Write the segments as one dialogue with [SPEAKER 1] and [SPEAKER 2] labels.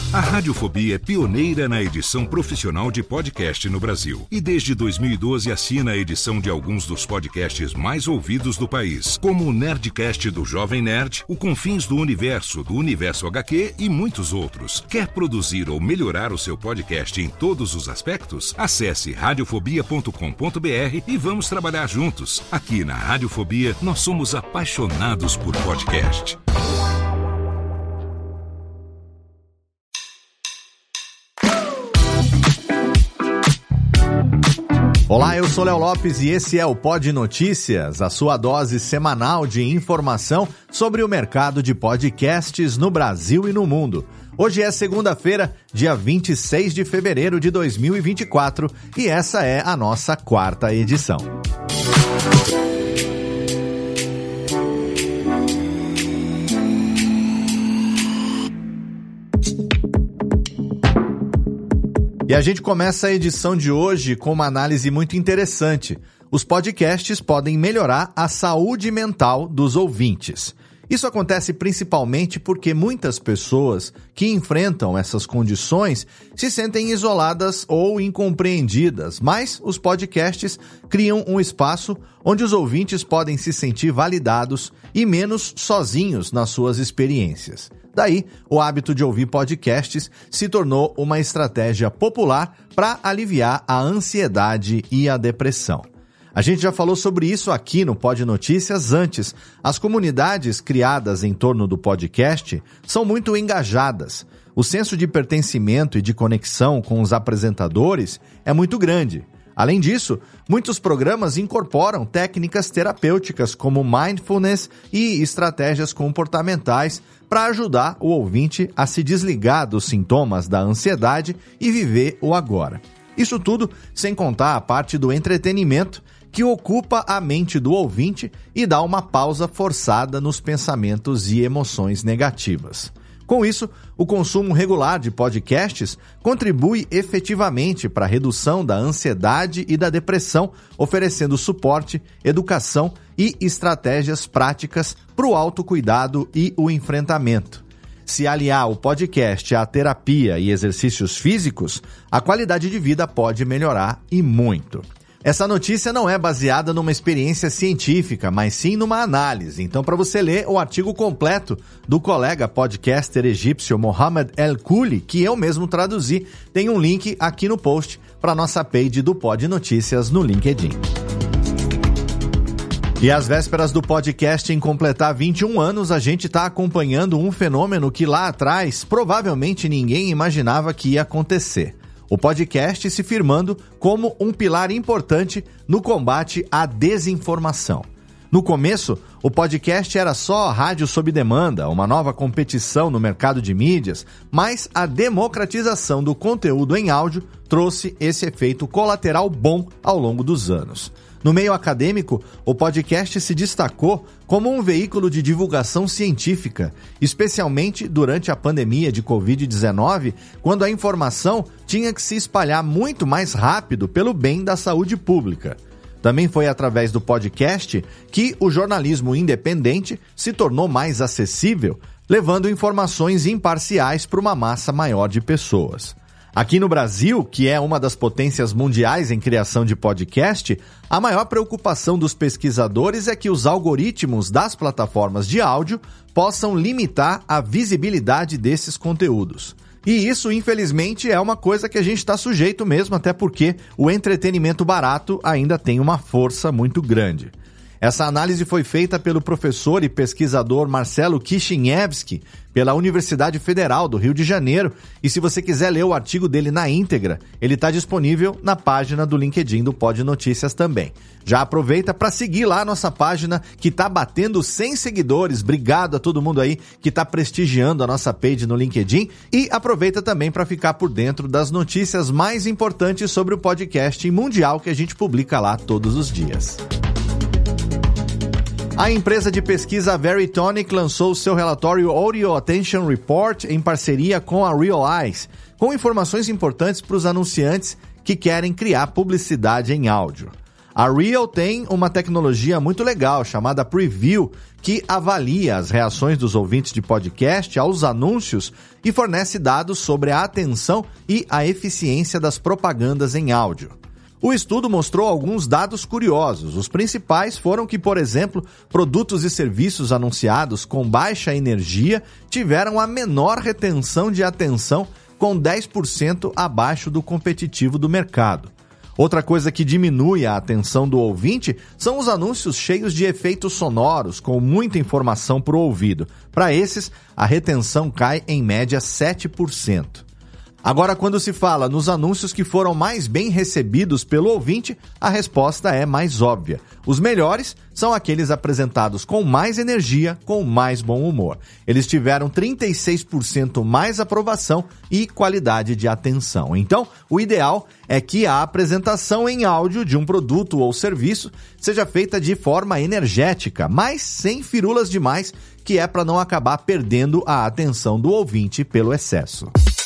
[SPEAKER 1] A Radiofobia é pioneira na edição profissional de podcast no Brasil. E desde 2012 assina a edição de alguns dos podcasts mais ouvidos do país, como o Nerdcast do Jovem Nerd, o Confins do Universo HQ e muitos outros. Quer produzir ou melhorar o seu podcast em todos os aspectos? Acesse radiofobia.com.br e vamos trabalhar juntos. Aqui na Radiofobia, nós somos apaixonados por podcast.
[SPEAKER 2] Olá, eu sou Léo Lopes e esse é o Pod Notícias, a sua dose semanal de informação sobre o mercado de podcasts no Brasil e no mundo. Hoje é segunda-feira, dia 26 de fevereiro de 2024 e essa é a nossa quarta edição. E a gente começa a edição de hoje com uma análise muito interessante. Os podcasts podem melhorar a saúde mental dos ouvintes. Isso acontece principalmente porque muitas pessoas que enfrentam essas condições se sentem isoladas ou incompreendidas, mas os podcasts criam um espaço onde os ouvintes podem se sentir validados e menos sozinhos nas suas experiências. Daí, o hábito de ouvir podcasts se tornou uma estratégia popular para aliviar a ansiedade e a depressão. A gente já falou sobre isso aqui no Pod Notícias antes. As comunidades criadas em torno do podcast são muito engajadas. O senso de pertencimento e de conexão com os apresentadores é muito grande. Além disso, muitos programas incorporam técnicas terapêuticas como mindfulness e estratégias comportamentais para ajudar o ouvinte a se desligar dos sintomas da ansiedade e viver o agora. Isso tudo sem contar a parte do entretenimento que ocupa a mente do ouvinte e dá uma pausa forçada nos pensamentos e emoções negativas. Com isso, o consumo regular de podcasts contribui efetivamente para a redução da ansiedade e da depressão, oferecendo suporte, educação e estratégias práticas para o autocuidado e o enfrentamento. Se aliar o podcast à terapia e exercícios físicos, a qualidade de vida pode melhorar e muito. Essa notícia não é baseada numa experiência científica, mas sim numa análise. Então, para você ler o artigo completo do colega podcaster egípcio Mohamed El-Kouli, que eu mesmo traduzi, tem um link aqui no post para a nossa page do Pod Notícias no LinkedIn. E às vésperas do podcast em completar 21 anos, a gente está acompanhando um fenômeno que lá atrás provavelmente ninguém imaginava que ia acontecer. O podcast se firmando como um pilar importante no combate à desinformação. No começo, o podcast era só rádio sob demanda, uma nova competição no mercado de mídias, mas a democratização do conteúdo em áudio trouxe esse efeito colateral bom ao longo dos anos. No meio acadêmico, o podcast se destacou como um veículo de divulgação científica, especialmente durante a pandemia de Covid-19, quando a informação tinha que se espalhar muito mais rápido pelo bem da saúde pública. Também foi através do podcast que o jornalismo independente se tornou mais acessível, levando informações imparciais para uma massa maior de pessoas. Aqui no Brasil, que é uma das potências mundiais em criação de podcast, a maior preocupação dos pesquisadores é que os algoritmos das plataformas de áudio possam limitar a visibilidade desses conteúdos. E isso, infelizmente, é uma coisa que a gente está sujeito mesmo, até porque o entretenimento barato ainda tem uma força muito grande. Essa análise foi feita pelo professor e pesquisador Marcelo Kishinevski, pela Universidade Federal do Rio de Janeiro, e se você quiser ler o artigo dele na íntegra, ele está disponível na página do LinkedIn do Pod Notícias também. Já aproveita para seguir lá a nossa página, que está batendo 100 seguidores. Obrigado a todo mundo aí que está prestigiando a nossa page no LinkedIn, e aproveita também para ficar por dentro das notícias mais importantes sobre o podcast mundial que a gente publica lá todos os dias. A empresa de pesquisa Veritonic lançou seu relatório Audio Attention Report em parceria com a Real Eyes, com informações importantes para os anunciantes que querem criar publicidade em áudio. A Real tem uma tecnologia muito legal chamada Preview, que avalia as reações dos ouvintes de podcast aos anúncios e fornece dados sobre a atenção e a eficiência das propagandas em áudio. O estudo mostrou alguns dados curiosos. Os principais foram que, por exemplo, produtos e serviços anunciados com baixa energia tiveram a menor retenção de atenção, com 10% abaixo do competitivo do mercado. Outra coisa que diminui a atenção do ouvinte são os anúncios cheios de efeitos sonoros, com muita informação para o ouvido. Para esses, a retenção cai em média 7%. Agora, quando se fala nos anúncios que foram mais bem recebidos pelo ouvinte, a resposta é mais óbvia. Os melhores são aqueles apresentados com mais energia, com mais bom humor. Eles tiveram 36% mais aprovação e qualidade de atenção. Então, o ideal é que a apresentação em áudio de um produto ou serviço seja feita de forma energética, mas sem firulas demais, que é para não acabar perdendo a atenção do ouvinte pelo excesso.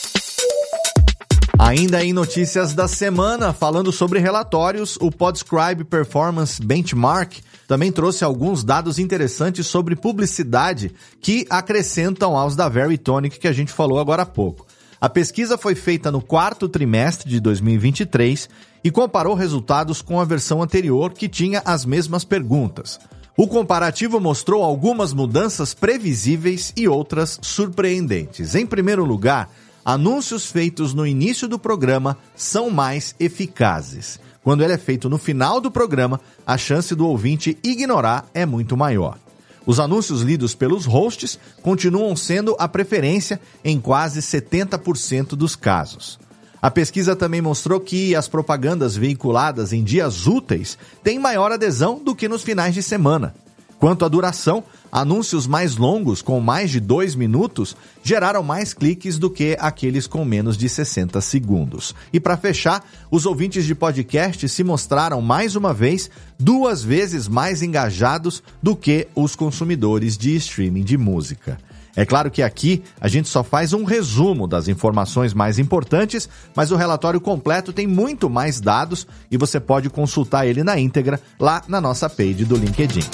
[SPEAKER 2] Ainda em notícias da semana, falando sobre relatórios, o Podscribe Performance Benchmark também trouxe alguns dados interessantes sobre publicidade que acrescentam aos da Veritonic que a gente falou agora há pouco. A pesquisa foi feita no quarto trimestre de 2023 e comparou resultados com a versão anterior, que tinha as mesmas perguntas. O comparativo mostrou algumas mudanças previsíveis e outras surpreendentes. Em primeiro lugar, anúncios feitos no início do programa são mais eficazes. Quando ele é feito no final do programa, a chance do ouvinte ignorar é muito maior. Os anúncios lidos pelos hosts continuam sendo a preferência em quase 70% dos casos. A pesquisa também mostrou que as propagandas veiculadas em dias úteis têm maior adesão do que nos finais de semana. Quanto à duração, anúncios mais longos, com mais de 2 minutos, geraram mais cliques do que aqueles com menos de 60 segundos. E para fechar, os ouvintes de podcast se mostraram mais uma vez 2 vezes mais engajados do que os consumidores de streaming de música. É claro que aqui a gente só faz um resumo das informações mais importantes, mas o relatório completo tem muito mais dados e você pode consultar ele na íntegra lá na nossa page do LinkedIn.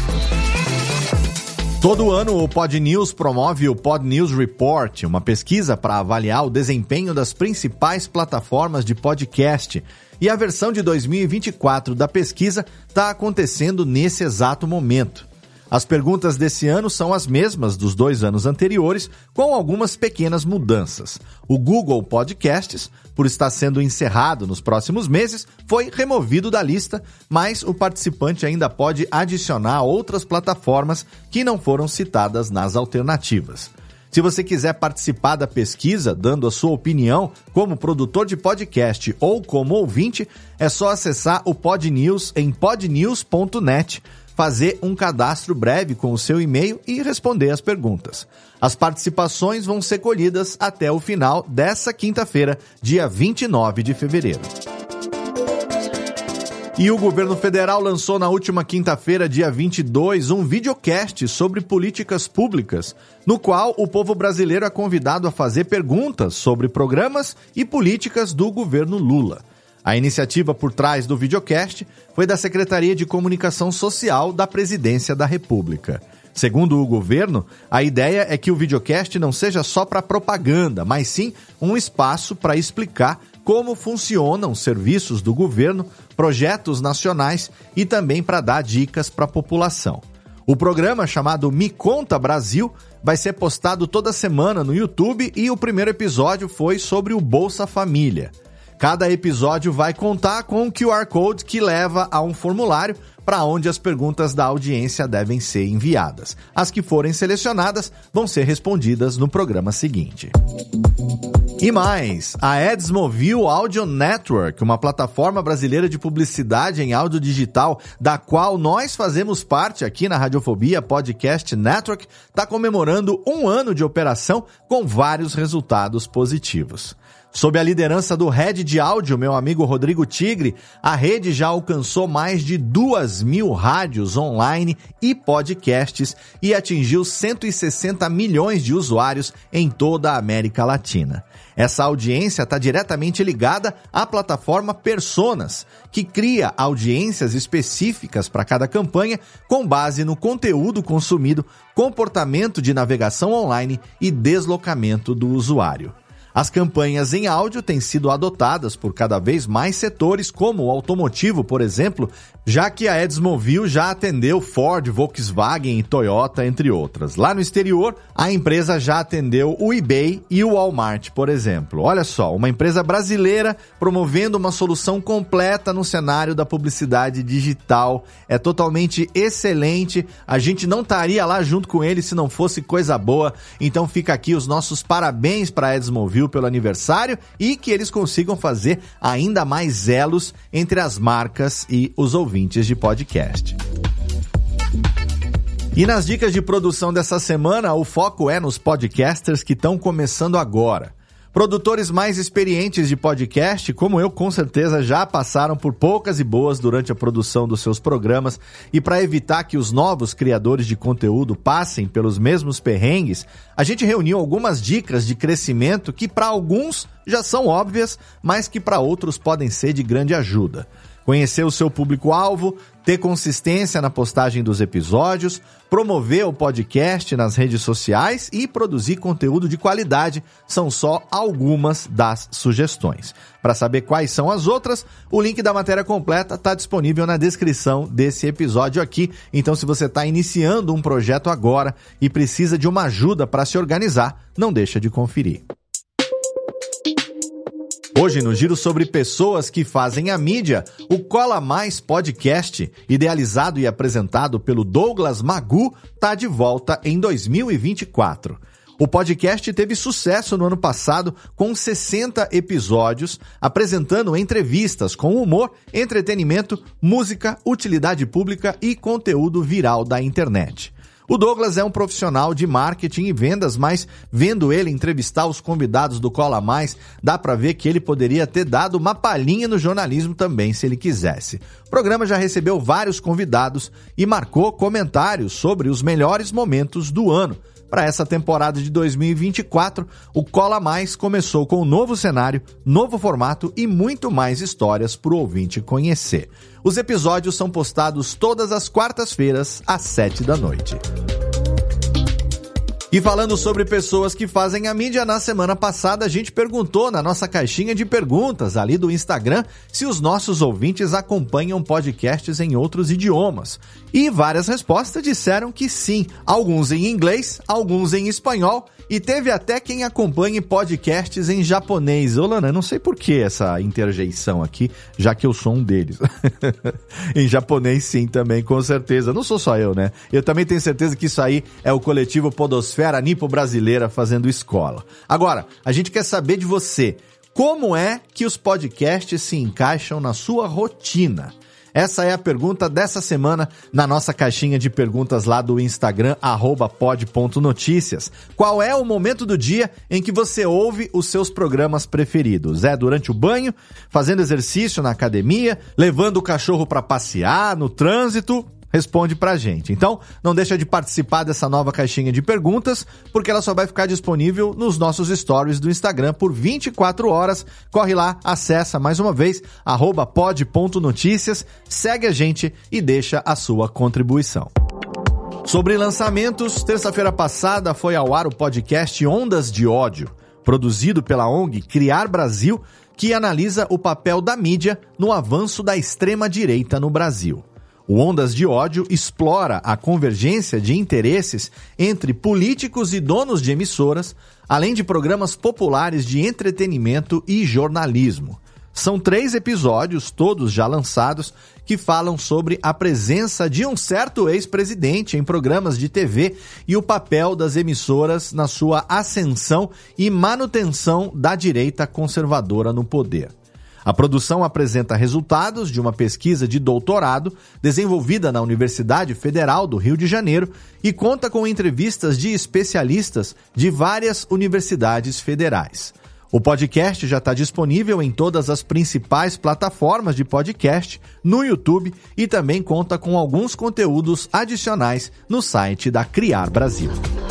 [SPEAKER 2] Todo ano, o PodNews promove o PodNews Report, uma pesquisa para avaliar o desempenho das principais plataformas de podcast. E a versão de 2024 da pesquisa está acontecendo nesse exato momento. As perguntas desse ano são as mesmas dos 2 anos anteriores, com algumas pequenas mudanças. O Google Podcasts, por estar sendo encerrado nos próximos meses, foi removido da lista, mas o participante ainda pode adicionar outras plataformas que não foram citadas nas alternativas. Se você quiser participar da pesquisa, dando a sua opinião como produtor de podcast ou como ouvinte, é só acessar o PodNews em podnews.net, fazer um cadastro breve com o seu e-mail e responder as perguntas. As participações vão ser colhidas até o final dessa quinta-feira, dia 29 de fevereiro. E o governo federal lançou na última quinta-feira, dia 22, um videocast sobre políticas públicas, no qual o povo brasileiro é convidado a fazer perguntas sobre programas e políticas do governo Lula. A iniciativa por trás do videocast foi da Secretaria de Comunicação Social da Presidência da República. Segundo o governo, a ideia é que o videocast não seja só para propaganda, mas sim um espaço para explicar como funcionam serviços do governo, projetos nacionais e também para dar dicas para a população. O programa, chamado Me Conta Brasil, vai ser postado toda semana no YouTube e o primeiro episódio foi sobre o Bolsa Família. Cada episódio vai contar com um QR Code que leva a um formulário para onde as perguntas da audiência devem ser enviadas. As que forem selecionadas vão ser respondidas no programa seguinte. E mais, a Edsmovil Audio Network, uma plataforma brasileira de publicidade em áudio digital, da qual nós fazemos parte aqui na Radiofobia Podcast Network, está comemorando 1 ano de operação com vários resultados positivos. Sob a liderança do Head de Áudio, meu amigo Rodrigo Tigre, a rede já alcançou mais de 2.000 rádios online e podcasts e atingiu 160 milhões de usuários em toda a América Latina. Essa audiência está diretamente ligada à plataforma Personas, que cria audiências específicas para cada campanha com base no conteúdo consumido, comportamento de navegação online e deslocamento do usuário. As campanhas em áudio têm sido adotadas por cada vez mais setores, como o automotivo, por exemplo, já que a Edsmovil já atendeu Ford, Volkswagen e Toyota, entre outras. Lá no exterior, a empresa já atendeu o eBay e o Walmart, por exemplo. Olha só, uma empresa brasileira promovendo uma solução completa no cenário da publicidade digital. É totalmente excelente. A gente não estaria lá junto com eles se não fosse coisa boa. Então fica aqui os nossos parabéns para a Edsmovil pelo aniversário e que eles consigam fazer ainda mais elos entre as marcas e os ouvintes de podcast. E nas dicas de produção dessa semana, o foco é nos podcasters que estão começando agora. Produtores mais experientes de podcast, como eu, com certeza já passaram por poucas e boas durante a produção dos seus programas, e para evitar que os novos criadores de conteúdo passem pelos mesmos perrengues, a gente reuniu algumas dicas de crescimento que para alguns já são óbvias, mas que para outros podem ser de grande ajuda. Conhecer o seu público-alvo, ter consistência na postagem dos episódios, promover o podcast nas redes sociais e produzir conteúdo de qualidade são só algumas das sugestões. Para saber quais são as outras, o link da matéria completa está disponível na descrição desse episódio aqui. Então, se você está iniciando um projeto agora e precisa de uma ajuda para se organizar, não deixa de conferir. Hoje, no giro sobre pessoas que fazem a mídia, o Cola Mais Podcast, idealizado e apresentado pelo Douglas Magu, está de volta em 2024. O podcast teve sucesso no ano passado com 60 episódios, apresentando entrevistas com humor, entretenimento, música, utilidade pública e conteúdo viral da internet. O Douglas é um profissional de marketing e vendas, mas vendo ele entrevistar os convidados do Cola Mais, dá pra ver que ele poderia ter dado uma palhinha no jornalismo também, se ele quisesse. O programa já recebeu vários convidados e marcou comentários sobre os melhores momentos do ano. Para essa temporada de 2024, o Cola Mais começou com um novo cenário, novo formato e muito mais histórias para o ouvinte conhecer. Os episódios são postados todas as quartas-feiras, às 7h. E falando sobre pessoas que fazem a mídia, na semana passada a gente perguntou na nossa caixinha de perguntas ali do Instagram se os nossos ouvintes acompanham podcasts em outros idiomas. E várias respostas disseram que sim, alguns em inglês, alguns em espanhol e teve até quem acompanhe podcasts em japonês. Ô Lana, eu não sei por que essa interjeição aqui, já que eu sou um deles. Em japonês sim também, com certeza. Não sou só eu, né? Eu também tenho certeza que isso aí é o coletivo Podosfera Nipo-Brasileira fazendo escola. Agora, a gente quer saber de você. Como é que os podcasts se encaixam na sua rotina? Essa é a pergunta dessa semana na nossa caixinha de perguntas lá do Instagram, @pod.noticias. Qual é o momento do dia em que você ouve os seus programas preferidos? É durante o banho, fazendo exercício na academia, levando o cachorro para passear, no trânsito? Responde pra gente. Então, não deixa de participar dessa nova caixinha de perguntas, porque ela só vai ficar disponível nos nossos stories do Instagram por 24 horas. Corre lá, acessa mais uma vez, @pod.noticias, segue a gente e deixa a sua contribuição. Sobre lançamentos, terça-feira passada foi ao ar o podcast Ondas de Ódio, produzido pela ONG Criar Brasil, que analisa o papel da mídia no avanço da extrema-direita no Brasil. O Ondas de Ódio explora a convergência de interesses entre políticos e donos de emissoras, além de programas populares de entretenimento e jornalismo. São 3 episódios, todos já lançados, que falam sobre a presença de um certo ex-presidente em programas de TV e o papel das emissoras na sua ascensão e manutenção da direita conservadora no poder. A produção apresenta resultados de uma pesquisa de doutorado desenvolvida na Universidade Federal do Rio de Janeiro e conta com entrevistas de especialistas de várias universidades federais. O podcast já está disponível em todas as principais plataformas de podcast, no YouTube e também conta com alguns conteúdos adicionais no site da Criar Brasil.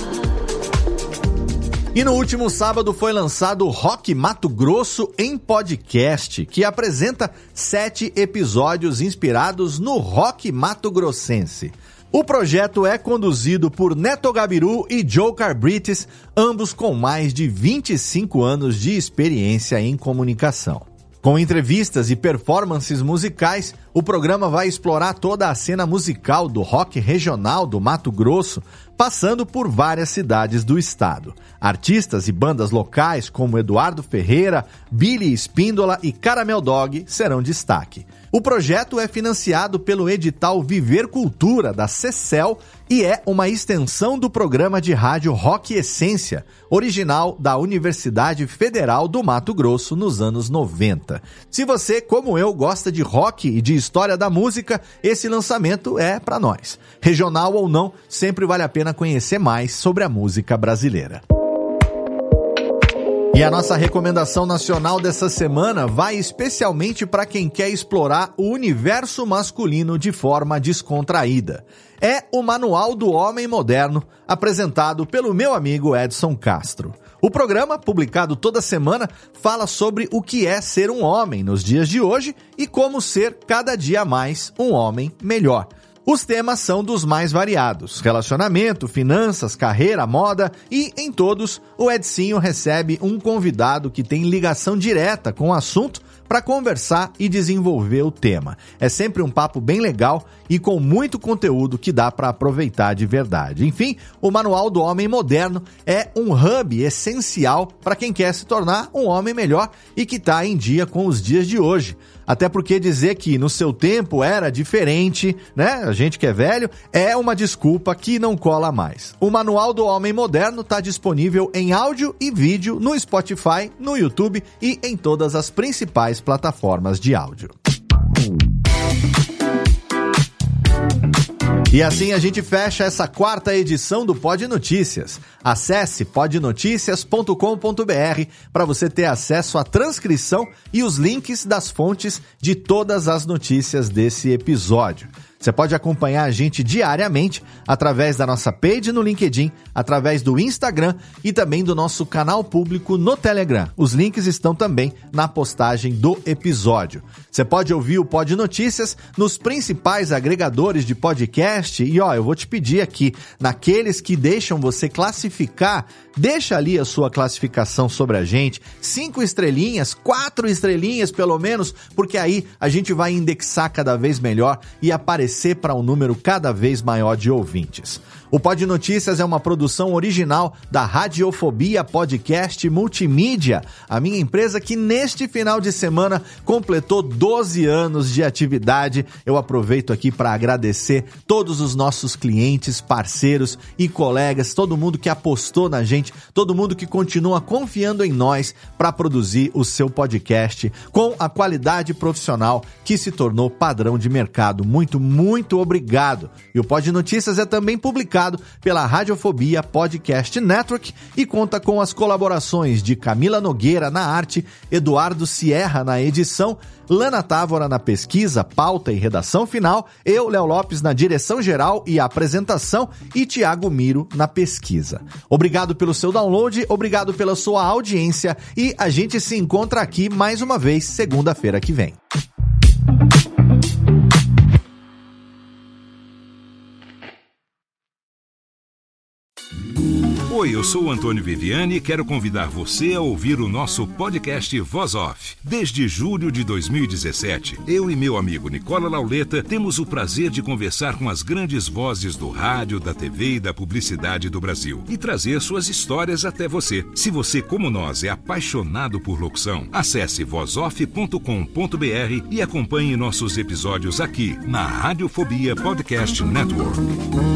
[SPEAKER 2] E no último sábado foi lançado o Rock Mato Grosso em podcast, que apresenta 7 episódios inspirados no rock mato-grossense. O projeto é conduzido por Neto Gabiru e Joe Carbrites, ambos com mais de 25 anos de experiência em comunicação. Com entrevistas e performances musicais, o programa vai explorar toda a cena musical do rock regional do Mato Grosso, passando por várias cidades do estado. Artistas e bandas locais como Eduardo Ferreira, Billy Espíndola e Caramel Dog serão destaque. O projeto é financiado pelo edital Viver Cultura, da Cecel, e é uma extensão do programa de rádio Rock Essência, original da Universidade Federal do Mato Grosso nos anos 90. Se você, como eu, gosta de rock e de história da música, esse lançamento é para nós. Regional ou não, sempre vale a pena conhecer mais sobre a música brasileira. E a nossa recomendação nacional dessa semana vai especialmente para quem quer explorar o universo masculino de forma descontraída. É o Manual do Homem Moderno, apresentado pelo meu amigo Edson Castro. O programa, publicado toda semana, fala sobre o que é ser um homem nos dias de hoje e como ser cada dia mais um homem melhor. Os temas são dos mais variados: relacionamento, finanças, carreira, moda, e em todos o Edcinho recebe um convidado que tem ligação direta com o assunto para conversar e desenvolver o tema. É sempre um papo bem legal e com muito conteúdo que dá para aproveitar de verdade. Enfim, o Manual do Homem Moderno é um hub essencial para quem quer se tornar um homem melhor e que está em dia com os dias de hoje. Até porque dizer que no seu tempo era diferente, né? A gente que é velho, é uma desculpa que não cola mais. O Manual do Homem Moderno está disponível em áudio e vídeo no Spotify, no YouTube e em todas as principais plataformas de áudio. E assim a gente fecha essa 4ª edição do Pod Notícias. Acesse podnoticias.com.br para você ter acesso à transcrição e os links das fontes de todas as notícias desse episódio. Você pode acompanhar a gente diariamente através da nossa page no LinkedIn, através do Instagram e também do nosso canal público no Telegram. Os links estão também na postagem do episódio. Você pode ouvir o Pod Notícias nos principais agregadores de podcast e, eu vou te pedir aqui, naqueles que deixam você classificar, deixa ali a sua classificação sobre a gente, 5 estrelinhas, 4 estrelinhas pelo menos, porque aí a gente vai indexar cada vez melhor e aparecer para um número cada vez maior de ouvintes. O Pod Notícias é uma produção original da Radiofobia Podcast Multimídia, a minha empresa que neste final de semana completou 12 anos de atividade. Eu aproveito aqui para agradecer todos os nossos clientes, parceiros e colegas, todo mundo que apostou na gente, todo mundo que continua confiando em nós para produzir o seu podcast com a qualidade profissional que se tornou padrão de mercado. Muito, muito obrigado. E o Pod Notícias é também publicado pela Radiofobia Podcast Network e conta com as colaborações de Camila Nogueira na arte, Eduardo Sierra na edição, Lana Távora na pesquisa, pauta e redação final, eu, Léo Lopes, na direção geral e apresentação e Thiago Miro na pesquisa. Obrigado pelo seu download, obrigado pela sua audiência e a gente se encontra aqui mais uma vez segunda-feira que vem.
[SPEAKER 1] Oi, eu sou o Antônio Viviani e quero convidar você a ouvir o nosso podcast Voz Off. Desde julho de 2017, eu e meu amigo Nicola Lauleta temos o prazer de conversar com as grandes vozes do rádio, da TV e da publicidade do Brasil e trazer suas histórias até você. Se você, como nós, é apaixonado por locução, acesse vozoff.com.br e acompanhe nossos episódios aqui na Radiofobia Podcast Network.